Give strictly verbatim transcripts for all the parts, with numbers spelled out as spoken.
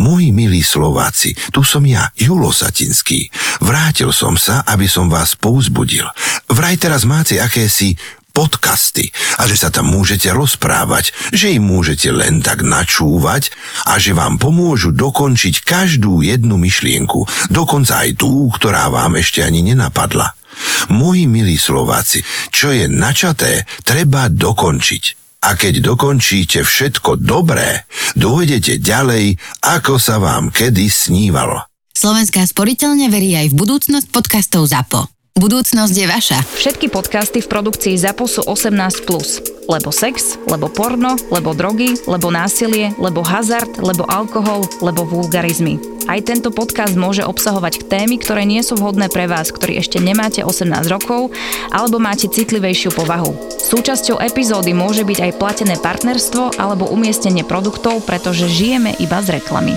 Moji milí Slováci, tu som ja, Julo Satinský. Vrátil som sa, aby som vás povzbudil. Vraj teraz máte akési podcasty a že sa tam môžete rozprávať, že im môžete len tak načúvať a že vám pomôžu dokončiť každú jednu myšlienku, dokonca aj tú, ktorá vám ešte ani nenapadla. Moji milí Slováci, čo je načaté, treba dokončiť. A keď dokončíte všetko dobré, dôjdete ďalej, ako sa vám kedy snívalo. Slovenská sporiteľňa verí aj v budúcnosť podcastov ZAPO. Budúcnosť je vaša. Všetky podcasty v produkcii ZAPO sú osemnásť plus. Lebo sex, lebo porno, lebo drogy, lebo násilie, lebo hazard, lebo alkohol, lebo vulgarizmy. Aj tento podcast môže obsahovať témy, ktoré nie sú vhodné pre vás, ktorí ešte nemáte osemnásť rokov alebo máte citlivejšiu povahu. Súčasťou epizódy môže byť aj platené partnerstvo alebo umiestnenie produktov, pretože žijeme iba z reklamy.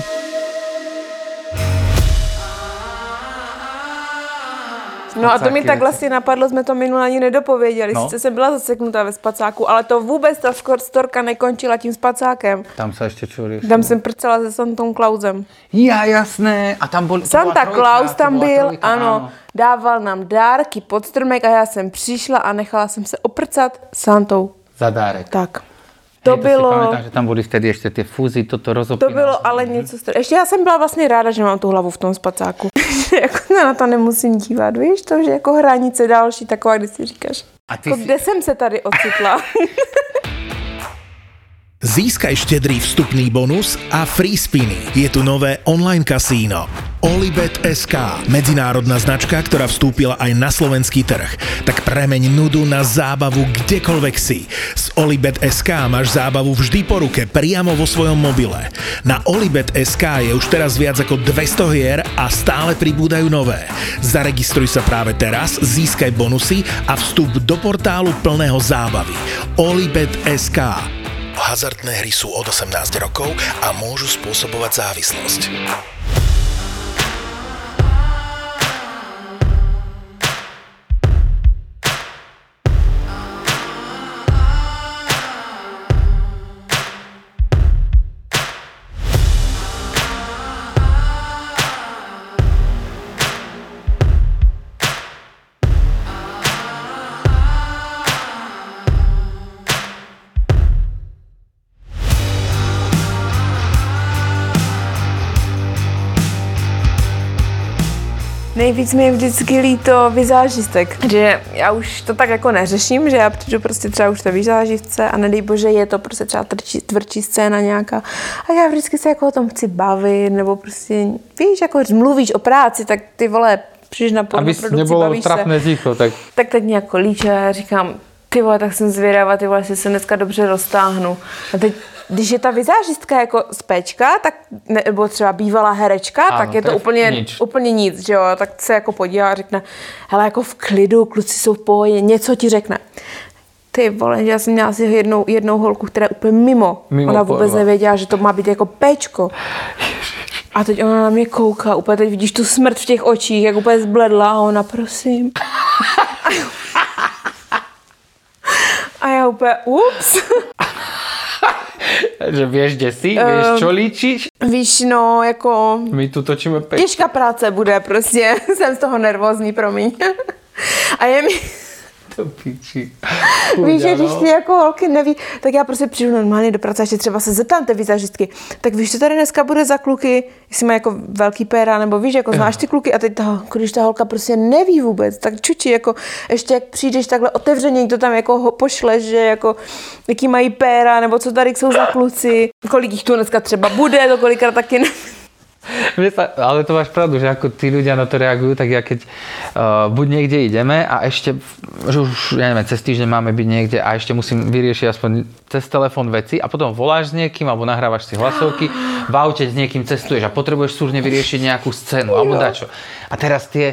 No a to mi tak vlastně napadlo, jsme to minule ani nedopověděli. No. Sice jsem byla zaseknutá ve spacáku, ale to vůbec ta storka nekončila tím spacákem. Tam se ještě čo riešilo? Tam jsem prcela se Santou Clausem. Ja, jasné. A tam bol, Santa trojka, Claus tam byl, trojka, ano, áno. Dával nám dárky pod strmek a já jsem přišla a nechala jsem se oprcat Santou. Za dárek. Tak. To Hej, bylo... To si pamätám, že tam boli vtedy ešte tie fúzy, toto rozopínalo. To bylo ale něco... Str... Ještě já jsem byla vlastně ráda, že mám tu hlavu v tom spacáku. Jako na to nemusím dívat, víš? To, že jako hranice další, taková, kdy si říkáš. A ty jako, si... Kde jsem se tady ocitla? Získaj štedrý vstupný bonus a free spiny. Je tu nové online kasíno. Olibet bodka es ká, medzinárodná značka, ktorá vstúpila aj na slovenský trh. Tak premeň nudu na zábavu kdekoľvek si. S Olibet bodka es ká máš zábavu vždy po ruke, priamo vo svojom mobile. Na Olibet bodka es ká je už teraz viac ako dvesto hier a stále pribúdajú nové. Zaregistruj sa práve teraz, získaj bonusy a vstup do portálu plného zábavy. Olibet bodka es ká. Hazardné hry sú od osemnásť rokov a môžu spôsobovať závislosť. Nejvíc mi je vždycky líto vizážistek, že já už to tak jako neřeším, že já přijdu prostě třeba už to vizáživce a nedej bože je to prostě třeba tvrdší, tvrdší scéna nějaká a já vždycky se jako o tom chci bavit nebo prostě víš, jako mluvíš o práci, tak ty vole přijdeš na pornoprodukci, bavíš se. Trapné ticho, tak... tak teď mě jako líče a říkám, ty vole, tak jsem zvědavá, ty vole, jestli se dneska dobře roztáhnu. A teď když je ta vizážistka jako spéčka, tak, nebo třeba bývalá herečka, ano, tak je to, to úplně nic. úplně nic, že jo, tak se jako podívá a řekne, hele, jako v klidu, kluci jsou v pohodě, něco ti řekne. Ty vole, já jsem měla asi jednou, jednou holku, která je úplně mimo, mimo ona vůbec porva. Nevěděla, že to má být jako péčko. A teď ona na mě kouká, úplně teď vidíš tu smrt v těch očích, jak úplně zbledla a ona, prosím. A já úplně, ups. Že vieš, kde si, vieš, čo líčiš? Víš, no, jako... My tu točíme pečku. Těžká práce bude, prostě. Jsem z toho nervózní, promiň. A je mi... To piči. Víš, že když ty jako holky neví, tak já prostě přijdu normálně do práce, ještě třeba se zeptám té vizažistky, tak víš, co tady dneska bude za kluky, jestli má jako velký péra, nebo víš, jako znáš ty kluky a teď ta, když ta holka prostě neví vůbec, tak čuči, jako ještě jak přijdeš takhle otevřeně, to tam jako ho pošleš, že jako jaký mají péra, nebo co tady jsou za kluci, kolik jich tu dneska třeba bude, to kolikrát taky ne. Ale to máš pravdu, že ako tí ľudia na to reagujú, tak ja keď uh, buď niekde ideme a ešte, že už, ja neviem, cez týždeň máme byť niekde a ešte musím vyriešiť aspoň cez telefón veci a potom voláš s niekým alebo nahrávaš si hlasovky, v aute s niekým cestuješ a potrebuješ súrne vyriešiť nejakú scénu alebo dačo. A teraz tie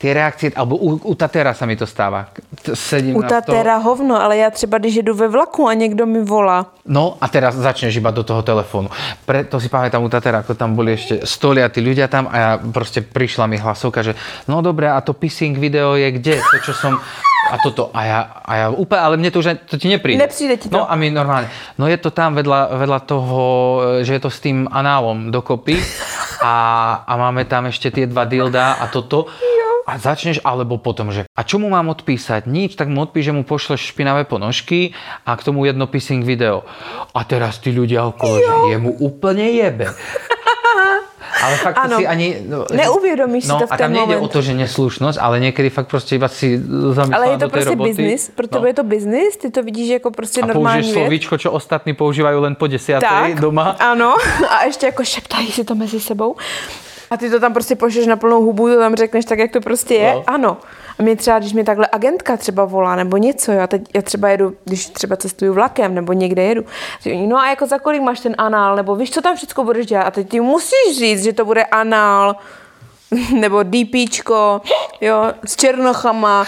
tie reakcie, alebo u, u Tatera sa mi to stáva. Sedím U na Tatera toho... hovno, ale já třeba, když jedu ve vlaku a někdo mi volá. No a teraz začneš iba do toho telefónu. Preto si pamätám u Tatera, ako tam boli ešte stoliatí ľudia tam a ja proste prišla mi hlasovka, že no dobre, a to pissing video je kde? To, čo som... A toto, a ja, a ja úplne, ale mne to už to ti nepríde. Nepríde ti to. No a my normálne, no je to tam vedľa, vedľa toho, že je to s tým análom dokopy a, a máme tam ešte tie dva dilda a toto. A začneš, alebo potom, že a čo mu mám odpísať? Nič, tak mu odpíš, že mu pošleš špinavé ponožky a k tomu jedno pissing video. A teraz tí ľudia okolo, jo. Že jemu úplne jebe. Ale fakt ano. si ani... No, neuvědomíš no, si to v ten a tam nejde moment. o to, že neslušnosť, ale niekedy fakt prostě iba si zamyslám ale je to do tej prostě roboty. biznis, pro tebe no. je to biznis, ty to vidíš jako prostě a normální věc. A použiješ slovíčko, čo ostatní používajú len po desiatej tak, doma. Ano, a ještě jako šeptají si to mezi sebou. A ty to tam prostě pošleš na plnou hubu, to tam řekneš tak, jak to prostě je. No. Ano. A mě třeba, když mi takhle agentka třeba volá nebo něco, já, teď, já třeba jedu, když třeba cestuju vlakem nebo někde jedu, no a jako za kolik máš ten anál, nebo víš, co tam všechno budeš dělat a teď ty musíš říct, že to bude anál, nebo DPčko, jo, s černochama,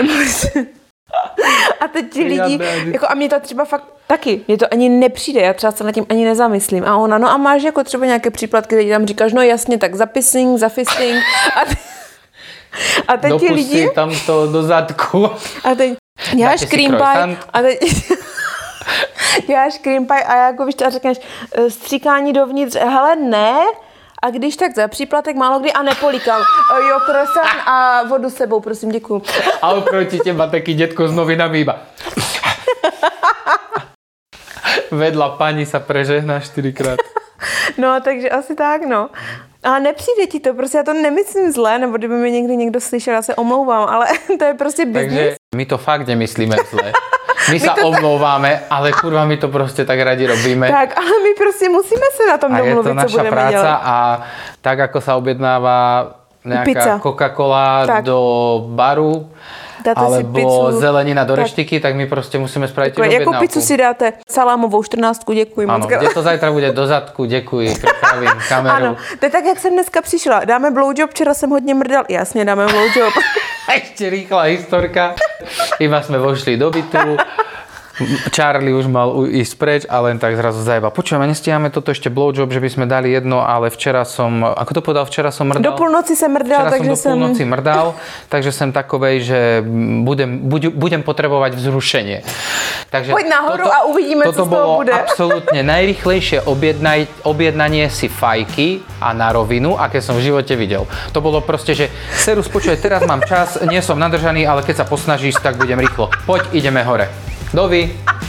a teď ti lidi, jako a mě to třeba fakt taky, mě to ani nepřijde, já třeba se nad tím ani nezamyslím. A ona, no a máš jako třeba nějaké příplatky, teď tam říkáš, no jasně, tak za pissing, za fisting. A, ty, a teď ti lidi... Dopustí tam to do zadku. A teď děláš cream pie. A teď... děláš cream pie a jako víš, a řekneš stříkání dovnitř, hele ne, a když tak za příplatek málo kdy a nepolikám. Jo, croissant a vodu s sebou, prosím, děkuju. A oproti teba taký detko s novinami iba. Vedľa pani sa prežehná štyrikrát. No, takže asi tak, no. Ale nepřijde ti to, prostě já to nemyslím zle, nebo kdyby mi někdy někdo slyšel, já se omlouvám, ale to je prostě business. Takže my to fakt nemyslíme zle. My sa omlouváme, ale kurva, my to prostě tak radi robíme. Tak, ale my prostě musíme se na tom domluvit, co budeme práca dělat. A tak, ako sa objednáva nejaká pizza. Coca-Cola tak. do baru, dáte alebo zelenina do tak. reštiky, tak my prostě musíme spraviť objednávku. Jakou pizzu si dáte? Salámovou čtrnáctku, děkuji. Ano, kde to zajtra bude? Do zadku, děkuji, pripravím kameru. Ano, to je tak, jak jsem dneska přišla. Dáme blowjob, včera jsem hodně mrdal. Jasně, dáme blowjob. Ešte rýchla historka. Iba sme vošli do bytu. Charlie už mal ísť preč a len tak zrazu zajeba. Počujeme, nestíhame toto ešte blowjob, že by sme dali jedno, ale včera som, ako to povedal, včera som mrdal. Do půlnoci jsem mrdal, včera takže som do jsem... půlnoci mrdal, takže jsem takovej, že budem, budem potrebovať vzrušenie. Takže pojď nahoru toto, a uvidíme, co z toho bude. Toto bolo absolútne najrýchlejšie objednaj, objednanie si fajky a na rovinu, aké som v živote videl. To bolo proste, že Serus, počuj, teraz mám čas, nie som nadržaný, ale keď sa posnažíš, tak budem rýchlo. Poď, ideme hore. Dovi.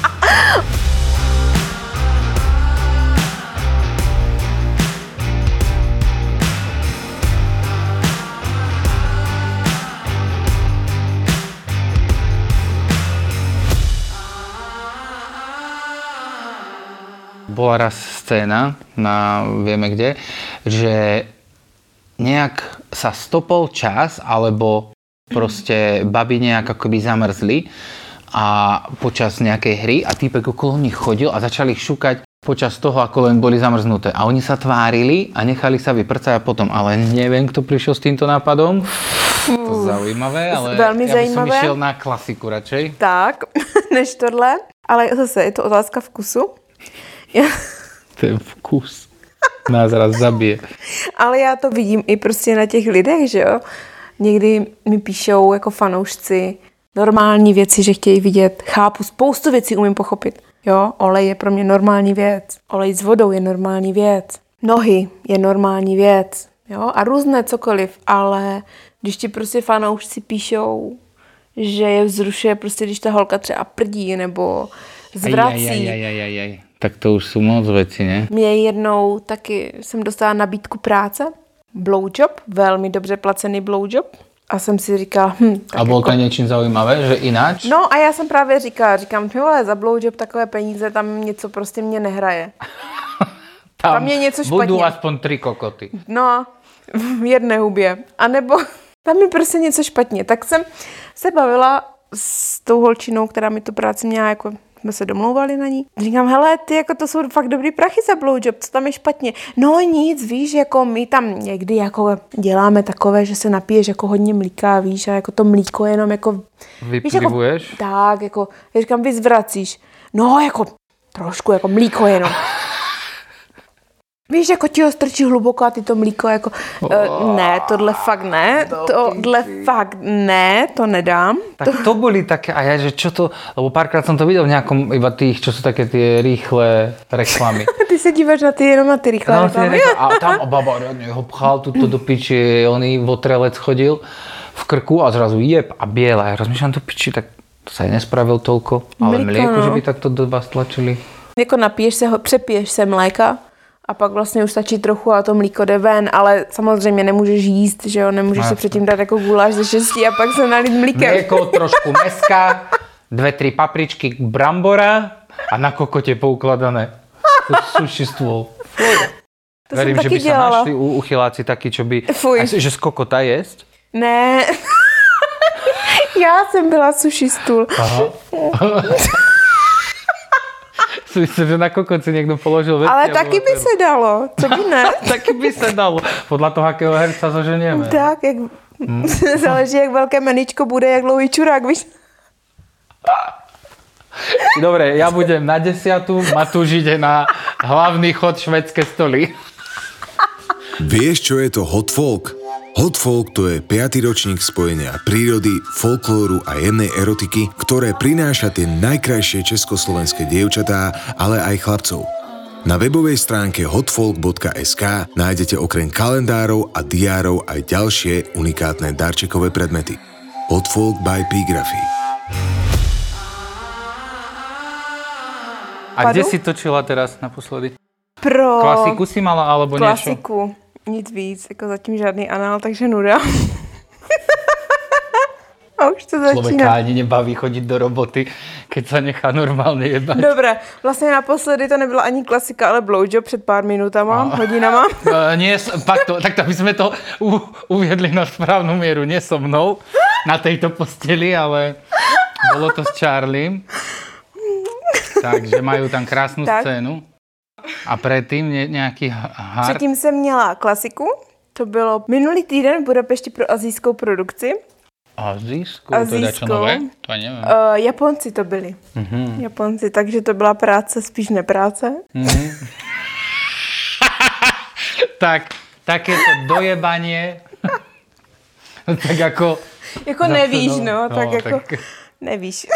Bola raz scéna, na vieme kde, že nejak sa stopol čas, alebo proste baby nejak akoby zamrzli a počas nejakej hry a týpek okolo nich chodil a začali ich šukať počas toho, ako len boli zamrznuté. A oni sa tvárili a nechali sa vyprcať a potom, ale neviem, kto prišiel s týmto nápadom. To je zaujímavé, ale velmi ja by zajímavé. som išiel na klasiku radšej. Tak, než tohle. Ale zase je to otázka vkusu. Já... Ten vkus nás raz zabije. Ale já to vidím i prostě na těch lidech, že jo. Někdy mi píšou jako fanoušci normální věci, že chtějí vidět. Chápu, spoustu věcí umím pochopit. Jo, olej je pro mě normální věc. Olej s vodou je normální věc. Nohy je normální věc. Jo, a různé cokoliv, ale když ti prostě fanoušci píšou, že je vzrušuje prostě, když ta holka třeba prdí nebo zvrací. Aj, aj, aj, aj, aj. Tak to už sú moc veci, ne? Mě jednou taky jsem dostala nabídku práce. Blowjob, velmi dobře placený blowjob. A jsem si říkala, hm, tak a bol jako... to něčím zaujímavé, že ináč? No a já jsem právě říkala, říkám, ty vole, za blowjob takové peníze, tam něco prostě mě nehraje. tam, tam je něco špatně. Budú aspoň tři kokoty. No, v jedné hubě. A nebo tam je prostě něco špatně. Tak jsem se bavila s tou holčinou, která mi tu práci měla jako jsme se domlouvali na ní. Říkám, hele, ty jako to jsou fakt dobrý prachy za blowjob, co tam je špatně? No nic, víš, jako my tam někdy jako děláme takové, že se napiješ jako hodně mlíka, víš, a jako to mlíko jenom jako... Vyplivuješ? Víš, jako, tak, jako, já říkám, vyzvracíš. No, jako trošku, jako mlíko jenom. Víš, jako ti ho strčí hluboko a ty to mlíko jako... Oh, uh, ne, tohle fakt ne, tohle fakt ne, to nedám. Tak to boli také, a ja, že čo to, lebo párkrát som to videl v nejakom, iba tých, čo sú také tie rýchle reklamy. Ty se díváš na ty, jenom na ty rýchle no, reklamy. A tam, a baba ho pchal tuto do piči, oný votrelec chodil v krku a zrazu jeb a biela. Ja rozmýšľam to piči, tak to sa aj nespravil toľko, ale mlieko, mlieko no. Že by takto do vás tlačili. Jako napiješ se, přepiješ se mléka, a pak vlastně už stačí trochu a to mlíko jde ven, ale samozřejmě nemůžeš jíst, že jo, nemůžeš no, se předtím dát jako guláš ze šesti a pak se nalít mlíkem. Mlieko, trošku meska, dve, tri papričky, brambora a na kokotě poukladané. Sushi stôl. To Verím, že by dělala. sa našli u uchyláci takí, čo by... Fuj. A, že z kokota jesť? Ne. Já jsem byla sushi stůl. Aha. Myslím, že na kokot si někdo položil veci. Ale taky by se dalo, co by ne? Taky by se dalo, podľa toho, akého herca zoženieme. Tak, jak... Hmm. Záleží, jak velké meničko bude, jak dlouhý čurák, víš? Dobre, ja budem na desiatu, Matúš ide na hlavný chod švédske stoly. Vieš, čo je to hot folk? Hot folk to je piaty ročník spojenia prírody, folklóru a jemnej erotiky, ktoré prináša tie najkrajšie československé dievčatá, ale aj chlapcov. Na webovej stránke hotfolk bodka es ká nájdete okrem kalendárov a diárov aj ďalšie unikátne darčekové predmety. Hotfolk by Pigraphy. A kde si točila teraz naposledy? Pro... Klasiku si mala, alebo Klasiku. niečo? Klasiku. Nic víc, jako zatím žádný anál, takže nuda. A už to začíná. Človeka ani nebaví chodiť do roboty, keď sa nechá normálne jebať. Dobré, vlastně naposledy to nebyla ani klasika, ale blowjob před pár minutama, a... hodinama. Uh, nie, pak to, tak to by sme to u, uviedli na správnu mieru, nie so mnou na tejto posteli, ale bolo to s Charliem. Takže majú tam krásnu tak. Scénu. A předtím nějaký hard? Předtím jsem měla klasiku, to bylo minulý týden v Budapešti pro asijskou produkci. Asijskou? To je čo nové? To nevím. Uh, Japonci to byli. Mm-hmm. Japonci, takže to byla práce, spíš nepráce. Mm-hmm. tak, takéto dojebanie. tak jako... Jako nevíš, no, tak no, jako tak... nevíš.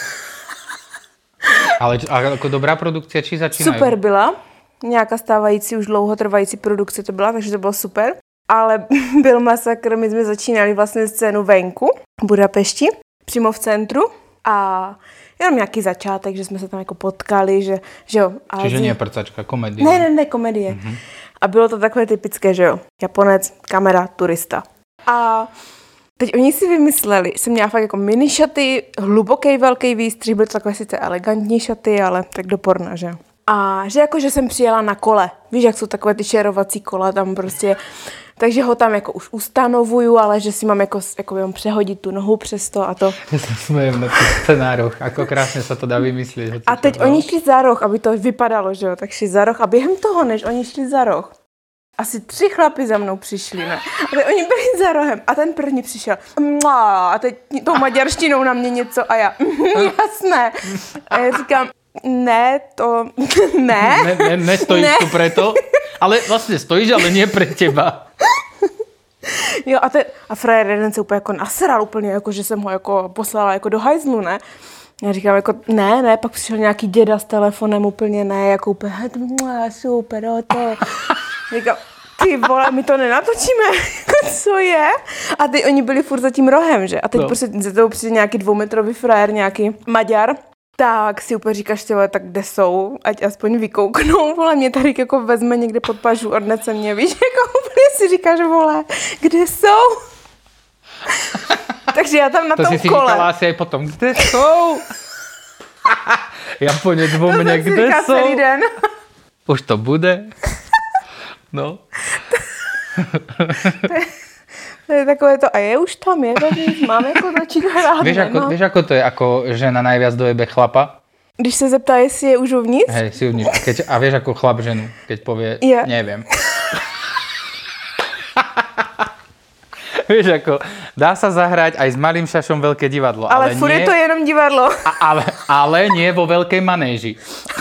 Ale jako dobrá produkce, či začínají? Super byla. Nějaká stávající, už dlouhotrvající produkce to byla, takže to bylo super. Ale byl masakr, my jsme začínali vlastně scénu venku v Budapešti, přímo v centru. A jenom nějaký začátek, že jsme se tam jako potkali, že, že jo. Čiže nie prcačka, komedie. Ne, ne, ne, komedie. Mm-hmm. A bylo to takové typické, že jo. Japonec, kamera, turista. A teď oni si vymysleli, jsem měla fakt jako mini šaty, hluboký velký výstřih, byly to takové sice elegantní šaty, ale tak do porna, že jo. A že jako, že jsem přijela na kole. Víš, jak jsou takové ty šerovací kola tam prostě. Takže ho tam jako už ustanovuju, ale že si mám jako, jako jenom přehodit tu nohu přes to a to. Já se smějem na těch scénároch, jako krásně se to dá vymyslet. A teď oni šli za roh, aby to vypadalo, že jo, tak šli za roh a během toho, než oni šli za roh, asi tři chlapy za mnou přišli, ne? A teď oni byli za rohem a ten první přišel a teď tou maďarštinou na mě něco a já, jasné. A já říkám, ne, to ne. ne, ne nestojíš ne. tu preto, ale vlastně stojíš, ale nie pre teba. Jo, a, ten, a frajer jeden se úplně jako nasral úplně, jako, že jsem ho jako poslala jako do hajzlu, ne? Já říkám jako, ne, ne, pak přišel nějaký děda s telefonem úplně, ne, jako úplně, super, o to. Říkám, ty vole, my to nenatočíme, co je? A teď oni byli furt za tím rohem, že? A teď no. prostě za toho přijde nějaký dvoumetrový frajer, nějaký Maďar. Tak si úplně říkáš, tyhle, tak kde jsou, ať aspoň vykouknou, vole, mě tady jako vezme někde pod pažu, odnese mě, víš, jako úplně si říkáš, vole, kde jsou? Takže já tam na to tom si si kole. To si říkala asi aj potom, kde jsou? Japonec vo mne, kde jsou? Celý den. Už to bude. No. to, je, to je takové to, a je už tam, je to, máme jako začít hrát. Vieš ako, no? vieš, ako to je, ako žena najviac dojebe chlapa? Když se zeptá, jestli je už uvnitř? Hej, si uvnitř. A, keď, a vieš ako chlap ženu, keď povie, je. Neviem. Vieš ako, dá sa zahrať aj s malým šašom veľké divadlo. Ale, ale furt nie, je to jenom divadlo. A, ale, ale nie vo veľkej manéži.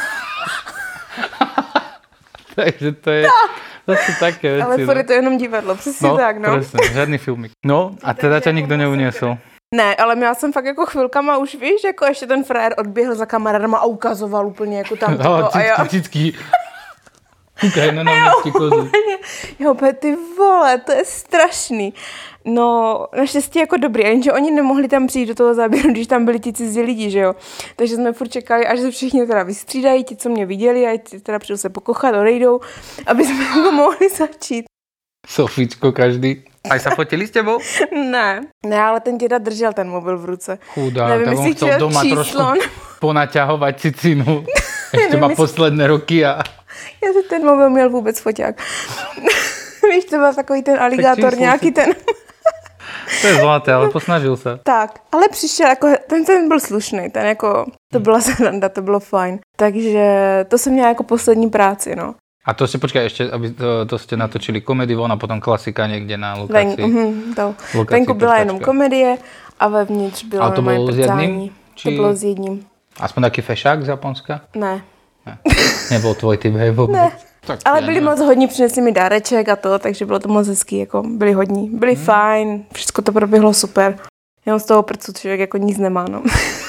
Takže to je... To sú také veci. Ale furt je to jenom divadlo, přesně no, tak, no. Presne, žádný filmik. No, a teda ťa nikdo neuniesol. Ne, ale měla jsem fakt jako chvilkama už, víš, jako ještě ten frajer odběhl za kamarádama a ukazoval úplně jako tam toto. No, a já... cicky. Kukaj na náměstí kozu. Jo, ty vole, to je strašný. No, naštěstí jako dobrý, jenže oni nemohli tam přijít do toho záběru, když tam byli ti cizí lidi, že jo. Takže jsme furt čekali, až se všichni teda vystřídají, ti, co mě viděli, a ti teda přijdou se pokochat, odejdou, aby jsme jako mohli začít. Sofičko každý. Aj sa fotili s tebou? Ne, ne, ale ten děda držel ten mobil v ruce. Chudá, nevím, tak on chcel doma číslo. Trošku ponaťahovať cicinu. Ešte má posledné roky a... Já si ten mobil měl vůbec foťák. Víš, to byl takový ten aligátor, nějaký si... ten... To je zlaté, ale posnažil se. Tak, ale přišel, jako, ten, ten byl slušný, ten jako, to byla sranda, to bylo fajn. Takže to jsem měla jako poslední práci, no. A to ste, počkaj, ešte, aby to, to ste natočili komedii von a potom klasika niekde na lokácii. Ven, uh-huh, to. Venku byla jenom komedie a vevnitř bylo to bolo s jedným? Či... To bylo s jedním. Aspoň taký fešák z Japonska? Ne. ne. Nebol tvoj typ, hej, vôbec. Ne. Tak, ale ja byli neviem. moc hodní, přinesli mi dáreček a to, takže bylo to moc hezký, jako byli hodní. Byli hmm. fajn, všechno to proběhlo super. Jenom z toho prcu člověk jako nic nemá, no.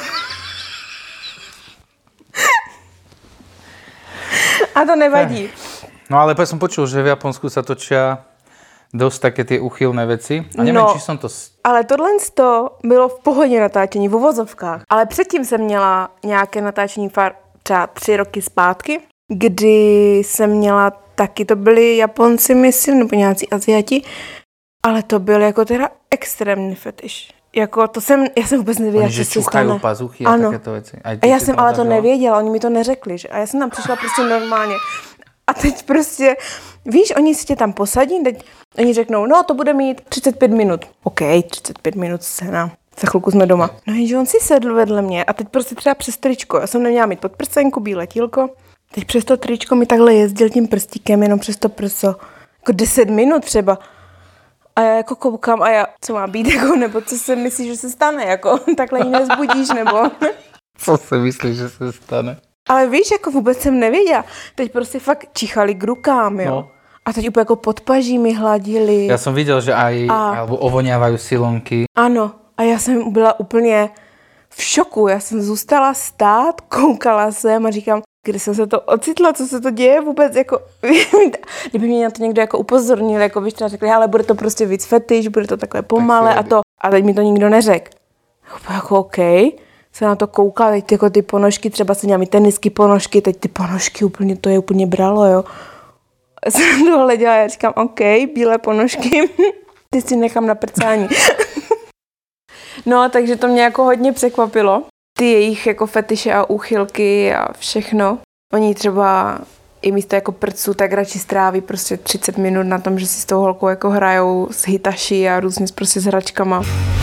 A to nevadí. No ale som počul, že v Japonsku sa točia dosť také tie uchylné veci. A neviem, no, či som to... Ale tohle to bylo v pohodě natáčení, v uvozovkách. Ale předtím jsem měla nějaké natáčení far, třeba tři roky zpátky, kdy jsem měla taky, to byli Japonci, myslím, nebo nějací Aziati, ale to byl jako teda extrémní fetiš. Jako to jsem, já jsem vůbec nevěděla, že se stane. pazuchy a ano. Takéto věci. A já jsem ale to nevěděla, oni mi to neřekli, že? A já jsem tam přišla prostě normálně. A teď prostě, víš, oni si tě tam posadí, teď oni řeknou, no to bude mít třicet pět minut. OK, třicet pět minut scéna. Za chvilku jsme doma. No jenže on si sedl vedle mě a teď prostě třeba přes tričko. Já jsem neměla mít podprsenku, bílé tílko. Teď přes to tričko mi takhle jezdil tím prstíkem, jenom přes to prso. Jako deset minut třeba. A já jako koukám a já, co má být, jako, nebo co si myslíš, že se stane, jako, takhle ji nezbudíš, nebo... Co si myslíš, že se stane? Ale víš, jako vůbec jsem nevěděla. Teď prostě fakt čichali k rukám, jo. No. A teď úplně jako pod paží mi hladili. Já jsem viděl, že aj, a... alebo ovoniavajú silonky. Ano, a já jsem byla úplně v šoku. Já jsem zůstala stát, koukala jsem a říkám, kde jsem se to ocitla, co se to děje vůbec, jako, kdyby mě na to někdo jako upozornil, jako víš, třeba řekli, ale bude to prostě víc fetiš, bude to takové pomale a to, a teď mi to nikdo neřekl. Jako OK, jsem na to koukala, teď jako ty ponožky, třeba jsem měla mít tenisky, ponožky, teď ty ponožky úplně, to je úplně bralo, jo. Já jsem to hleděla, já říkám, OK, bílé ponožky, ty si nechám na prcání. No, takže to mě jako hodně překvapilo. Ty jejich jako fetiše a úchylky a všechno. Oni třeba i místo jako prců, tak radši stráví prostě třicet minut na tom, že si s tou holkou jako hrajou s hitaši a různě prostě s hračkama.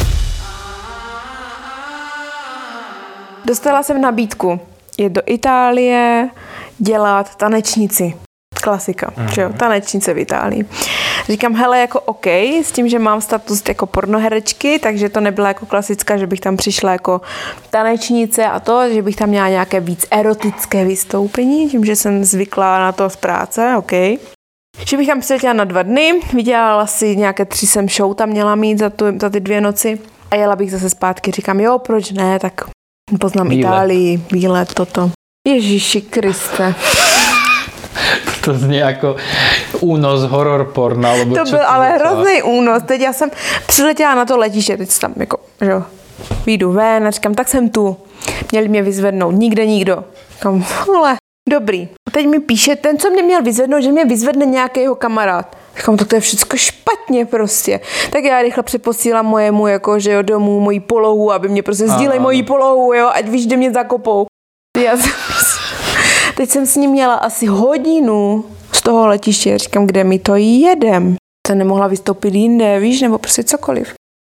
Dostala jsem nabídku jet do Itálie dělat tanečnici. Klasika, že jo, tanečnice v Itálii. Říkám, hele, jako OK, s tím, že mám status jako pornoherečky, takže to nebyla jako klasická, že bych tam přišla jako tanečnice a to, že bych tam měla nějaké víc erotické vystoupení, tím, že jsem zvykla na to z práce, OK. Že bych tam přiletěla na dva dny, vydělala si nějaké tři sem show tam měla mít za, tu, za ty dvě noci a jela bych zase zpátky. Říkám, jo, proč ne, tak poznám výlet. Itálii, výlet, toto. Ježíši Kriste. To zní jako únos horor porna. Alebo to byl ale hrozný únos. Teď já jsem přiletěla na to letiště, teď tam jako, že jo, vyjdu ven a říkám, tak jsem tu. Měli mě vyzvednout, nikde nikdo. Říkám, vole, dobrý. A teď mi píše, ten, co mě měl vyzvednout, že mě vyzvedne nějaký jeho kamarád. Říkám, tak to je všechno špatně prostě. Tak já rychle přeposílám mojemu, jako, že jo, domů, moji polohu, aby mě prostě sdílej moji polohu, jo, ať víš, kde mě zakopou. Já jsem Teď jsem s ním měla asi hodinu z toho letiště. Říkám, kde mi to jedem. Jsem nemohla vystoupit jinde, víš, nebo prostě cokoliv.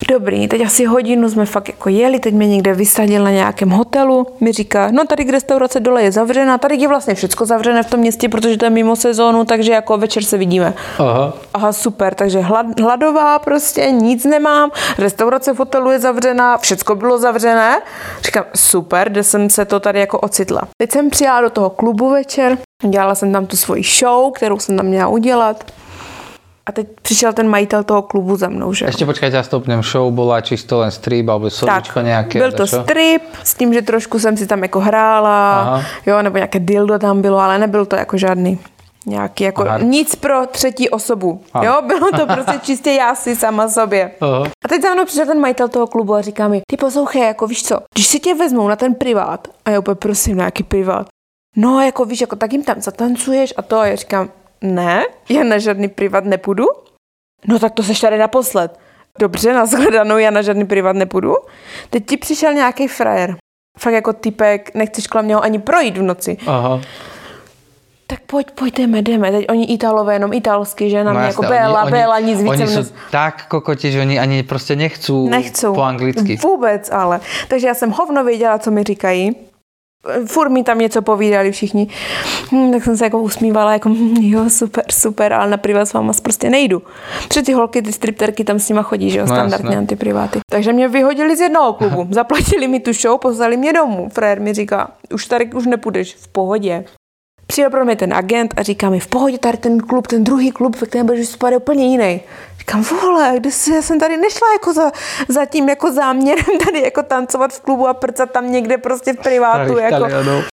Dobrý, teď asi hodinu jsme fakt jako jeli, teď mě někde vysadil na nějakém hotelu, mi říká, no tady k restaurace dole je zavřená, tady je vlastně všecko zavřené v tom městě, protože to je mimo sezónu, takže jako večer se vidíme. Aha. Aha, super, takže hlad, hladová prostě, nic nemám, restaurace v hotelu je zavřená, všecko bylo zavřené. Říkám, super, kde jsem se to tady jako ocitla. Teď jsem přijela do toho klubu večer, dělala jsem tam tu svoji show, kterou jsem tam měla udělat. A teď přišel ten majitel toho klubu za mnou, že? Ešte počkajte, ja stopnem, show bola čisto len strip, alebo slovíčko nejaké? Byl to čo? Strip, s tím, že trošku jsem si tam jako hrála, aha. Jo, nebo nějaké dildo tam bylo, ale nebyl to jako žádný nějaký jako aha. Nic pro třetí osobu, aha. Jo, bylo to prostě čistě já si sama sobě. Aha. A teď za mnou přišel ten majitel toho klubu a říká mi, ty poslouchej, jako víš co, když si tě vezmou na ten privát, a já úplně prosím, na jaký privát, no jako víš, jako tak jim tam zatancuješ a to, a já říkám, ne, já na žádný privát nepůjdu. No tak to seš tady naposled. Dobře, nashledanou, já na žádný privát nepůjdu. Teď ti přišel nějaký frajer. Fakt jako typek, nechceš kolem něho ani projít v noci. Aha. Tak pojď, pojďme, jdeme. Teď oni Italové, jenom italsky, že na no mě jako Bela, Bela, nic více. Oni jsou tak kokoti, že oni ani prostě nechcou, nechcou po anglicky. Vůbec ale. Takže já jsem hovno věděla, co mi říkají. Furt mi tam něco povídali všichni. Hm, tak jsem se jako usmívala, jako hm, jo, super, super, ale na privát s váma prostě nejdu. Protože ty holky, ty stripterky tam s nima chodí, že jo, no, standardně jasne. Na ty priváty. Takže mě vyhodili z jednoho klubu, zaplatili mi tu show, poslali mě domů. Frér mi říká, už tady už nepůjdeš, v pohodě. Přijel pro mě ten agent a říká mi, v pohodě, tady ten klub, ten druhý klub, ve kterém budeš spát, je úplně jiný. Říkám, vole, kde jsi, já jsem tady nešla jako za, za tím jako záměrem tady jako tancovat v klubu a prcat tam někde prostě v privátu. Jako.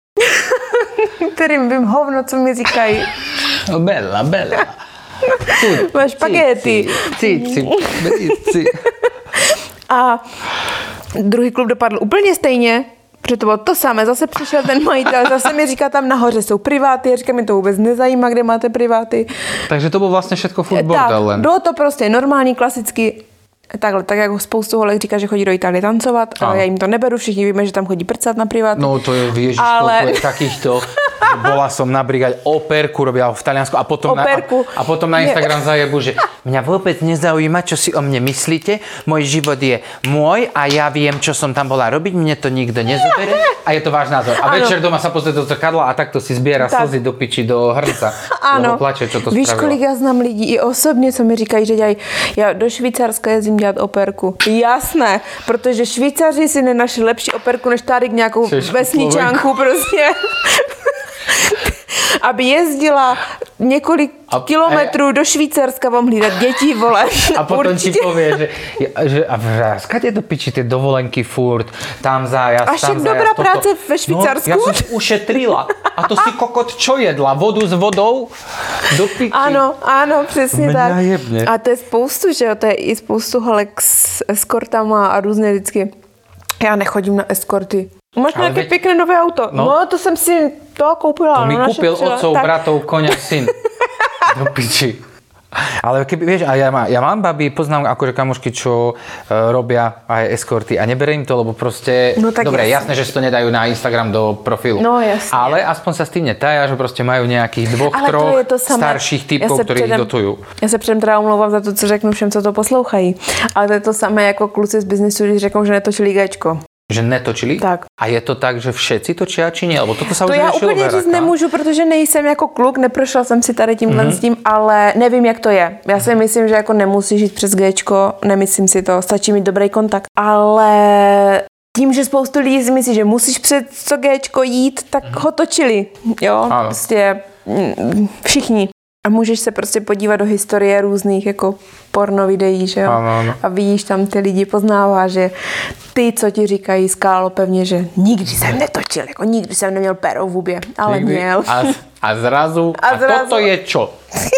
Kterým vím hovno, co mi říkají. No, bella, bella. Máš špagety. Cici, cici. A druhý klub dopadl úplně stejně. Protože to bylo to samé, zase přišel ten majitel, zase mi říká, tam nahoře jsou priváty, já říkám, mi to vůbec nezajímá, kde máte priváty. Takže to bylo vlastně všetko furt bordel len. Bylo to prostě normální, klasický, takhle, tak jako spoustu holek říká, že chodí do Itálie tancovat, ale já jim to neberu, všichni víme, že tam chodí prcat na priváty. No to je, ježiš, ale... to je takýchto, bola som na brigade operku, robila v Taliansku a potom, na, a, a potom na Instagram zajebu, že mňa vôbec nezaujíma, čo si o mne myslíte, môj život je môj a ja viem, čo som tam bola robiť, mne to nikto nezobere a je to váš názor. A ano. Večer doma sa pozrie do zrkadla a takto si zbiera tak. Slzy do piči, do hrnca, lebo plače, čo to Víš, spravilo. kolik já znám lidí i osobně, co mi říkají, že dělají, já do Švýcarska jezdím dělat operku. Jasné, protože Švýcaři si nenašli lepší operku, než tady nějakou vesničánku prostě. Aby jezdila několik a, kilometrů a, do Švýcarska vám hlídat děti, vole. A potom určitě. Ti povie, že, že a skade do piči tie dovolenky furt, tam zájazd, tam zájazd. A však dobrá toto. Práce ve Švýcarsku. No, ja som ušetrila. A to si kokot čo jedla? Vodu s vodou? Do piči. Ano, ano, přesně tak. Jebne. A to je spoustu, že jo, to je i spoustu holek s eskortama a různě vždycky. Já nechodím na eskorty. Máš ale nějaké veď... pěkné nové auto. No. no, to jsem si to koupila. To mi no, kúpil otcov, tak... bratov, koňa, syn. Do piči. Ale keby, vieš, a ja, má, ja mám babi, poznám akože kamošky, čo uh, robia aj eskorty a neberiem to, lebo proste, no, dobre, jasné. jasné, že si to nedajú na Instagram do profilu. No jasne. Ale aspoň sa s tým netája, že proste majú nejakých dvoch, ale troch to to starších typkov, ktorí ich dotujú. Ja sa předem teda omlouvám za to, co řeknu všem, co to poslouchají. Ale to je to samé jako kluci z biznesu, když řeknou, že netočili géčko. Že netočili? Tak. A je to tak, že všetci točia, či nie? Lebo toto sa to už já úplně říct nemůžu, protože nejsem jako kluk, neprošla jsem si tady tímhle mm-hmm. s tím, ale nevím, jak to je. Já si myslím, že jako nemusí žít přes géčko, nemyslím si to, stačí mít dobrý kontakt. Ale tím, že spoustu lidí si myslí, že musíš přes to géčko jít, tak mm-hmm. ho točili. Jo, ano. Prostě všichni. A můžeš se prostě podívat do historie různých jako porno videí, že jo? Ano, ano. A vidíš tam ty lidi, poznává, že ty, co ti říkají skálo pevně, že nikdy jsem netočil, jako nikdy jsem neměl pero v hubě, ale nikdy. Měl. A, a zrazu, a, a zrazu. Toto je čo?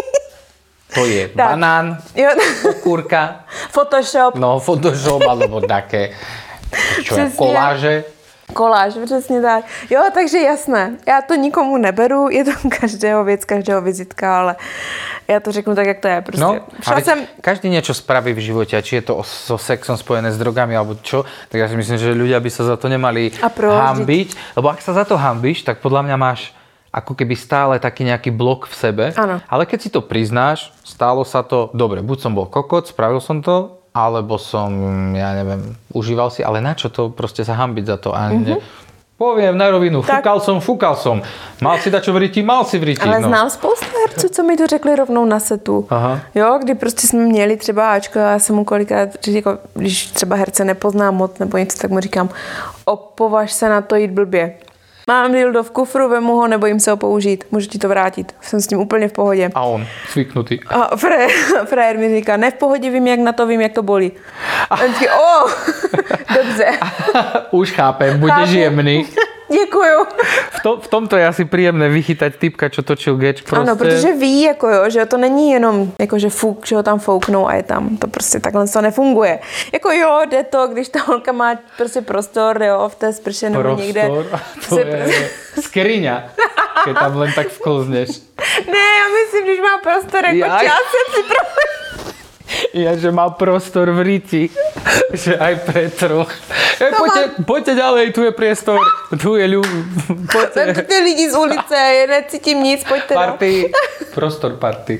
To je tak. Banán, okúrka. Photoshop. No, Photoshop, alebo také, čo je, koláže. Koláž, přesně tak. Jo, takže jasné. Já to nikomu neberu, je to každého věc, každého vizitka, ale já to řeknu tak, jak to je. Prostě. No, ale jsem... každý niečo spraví v živote, či je to so sexom spojené s drogami, alebo čo, tak ja si myslím, že ľudia by sa za to nemali hanbiť, lebo ak sa za to hanbíš, tak podľa mňa máš ako keby stále taký nejaký blok v sebe. Ano. Ale keď si to priznáš, stálo sa to, dobre, buď som bol kokot, spravil som to, alebo som, ja neviem, užíval si, ale na čo to proste sa hanbiť za to? A ne, poviem na rovinu, tak. fúkal som, fúkal som. Mal si dačo v ryti, mal si v ryti. Ale no. znám spoustu herců, co mi to řekli rovnou na setu. Aha. Jo, kdy prostě jsme měli třeba Ačko, já jsem mu kolikrát, jako, když třeba herce nepoznám moc nebo něco, tak mu říkám, opovaž se na to jít blbě. Mám dildo v kufru, vemu ho, nebojím se ho použít. Můžu ti to vrátit. Jsem s tím úplně v pohodě. A on, zvyknutý. A frajer, frajer mi říká, ne v pohodě, vím, jak na to, vím, jak to bolí. A on říká, o, dobře. Už chápem, budeš jemný. Děkuju. V, to, v tomto je asi príjemné vychytať typka, čo točil Geč. Prostě... Ano, protože ví, jako jo, že to není jenom jako, že fuk, že ho tam fouknou a je tam. To prostě takhle to nefunguje. Jako jo, jde to, když ta holka má prostě prostor, jo, v té sprše nebo prostor? někde. To je prostě... skriňa, keď tam len tak vklzneš. Ne, já myslím, když má prostor jako Jaj. čas, se připravuje. Ja, že má prostor v riti, že aj pre troch. Ej, poďte, má... poďte ďalej, tu je priestor, tu je ľu... Poďte. Tak ty lidi z ulice, já necítím nic, pojďte. Party, prostor party.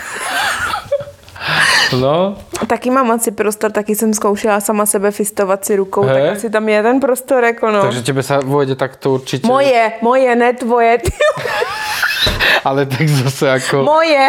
No. Taky mám asi prostor, taky jsem zkoušela sama sebe fistovat si rukou, He? tak asi tam je ten prostor, jako no. Takže tebe sa vôjde takto určite... Moje, moje, ne tvoje. Ale tak zase ako... Moje.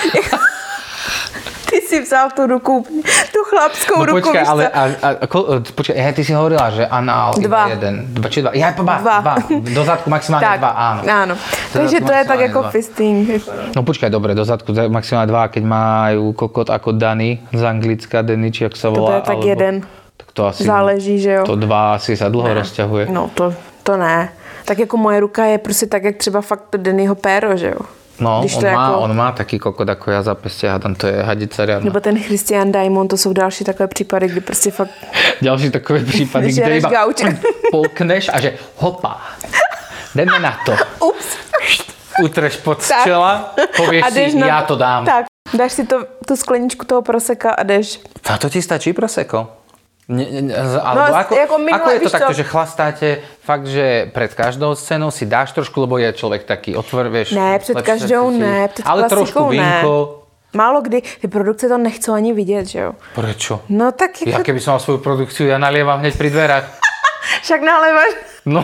Ty si vzal tu ruku, tu chlapskou no, ruku. Počkaj, ale a, a, a, počkaj, ja, ty si hovorila, že anál dva. iba jeden. Dva či dva? Ja, dva. Dva. dva. Do zadku maximálne tak, dva, áno. áno. Takže to je tak jako dva. Fisting. No počkaj, dobre, do zadku maximálne dva, keď majú kokot ako Dani z Anglicka, Denny, či jak sa volá. To je tak alebo, jeden. Tak to asi... Záleží, že jo. To dva asi sa dlho ne. rozťahuje. No to, to ne. Tak jako moje ruka je prostě tak, jak třeba fakt Dennyho péro, že jo. No, on má, jako... on má taký kokot, ako ja za peste hádam, to je hadica riadna. Nebo ten Christian Diamond, to jsou další takové případy, kdy prostě fakt... Ďalší takové prípady, kde iba gauč. Polkneš a že hopa, jdeme na to. Ups. Utreš pod čela, povieš si, na... ja to dám. Tak, dáš si to, tu skleničku toho proseka a jdeš. A to ti stačí proseko? Ne, ne, alebo no, ako, ako, minule, ako je to takto, čo? že chlastáte fakt, že pred každou scénou si dáš trošku, lebo je človek taký otvor, vieš? Ne, před každou si, ne, před ale trošku vínko. Ne. Málo kdy, ty produkce to nechcou ani vidět, že jo? Prečo? No tak jako... Ja keby som mal svoju produkciu, ja nalievam hneď pri dverách. Však nalievaš. No,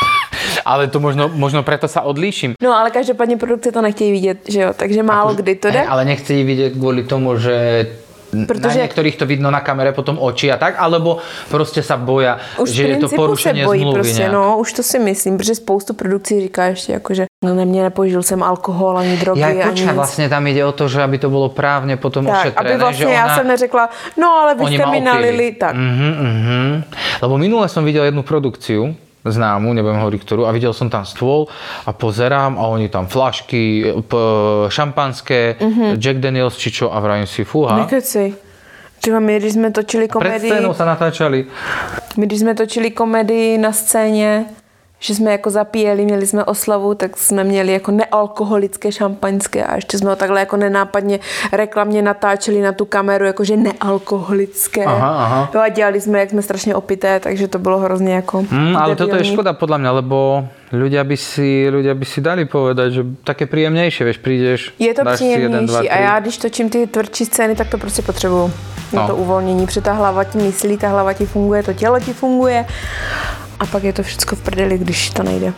ale to možno, možno preto sa odlíšim. No, ale každopádně produkce to nechtějí vidět, že jo? Takže málo Ako, kdy to jde. Ale nechcejí vidět kvôli tomu, že... Protože na niektorých to vidno na kamere potom oči a tak, alebo prostě sa boja, už že je to porušenie zmluvy prostě, no, už to si myslím, protože spoustu produkcí říká ještě jako, že no, nemě nepožil jsem alkohol ani drogy. Ja, počkaj, ani vlastně tam ide o to, že aby to bylo právně potom tak, ošetrené. aby vlastně že ona... já jsem neřekla, no ale vy jste mi nalili, tak. Uh-huh, uh-huh. Lebo minule som videl jednu produkciu, známu, nebudem hovoriť ktorú, a videl som tam stôl a pozerám a oni tam flašky, p- šampanské, mm-hmm. Jack Daniels či čo a vravím si, fúha. Nekeci. Třeba my, když jsme točili komedii... Pred scénou sa natáčali. My, když jsme točili komedii na scéně, že jsme jako zapíjeli, měli jsme oslavu, tak jsme měli jako nealkoholické šampaňské a ještě jsme ho takhle jako nenápadně reklamně natáčeli na tu kameru, jakože nealkoholické. Aha, aha. Jo, a dělali jsme, jak jsme strašně opité, takže to bylo hrozně jako... Mm, ale toto je škoda podľa mňa, lebo ľudia by si, ľudia by si dali povedať, že také príjemnejšie, vieš, prídeš, je to dáš si jeden, dva, tri. A já, když točím ty tvrdší scény, tak to prostě potřebuju. No. To uvolnění, protože ta hlava ti myslí, ta hlava ti funguje, to tělo ti funguje. A pak je to všecko v prdeli, když to nejde.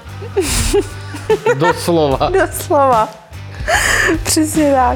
Doslova. Doslova. Přesně tak.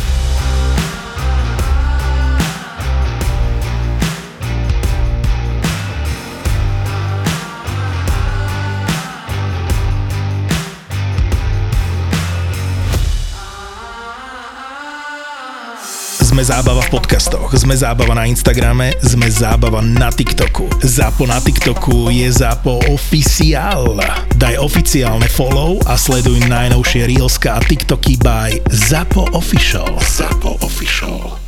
Sme zábava v podcastoch, sme zábava na Instagrame, sme zábava na TikToku. Zápo na TikToku je Zápo oficiál. Daj oficiálne follow a sleduj najnovšie reelska a TikToky by Zápo Official. Zápo Official.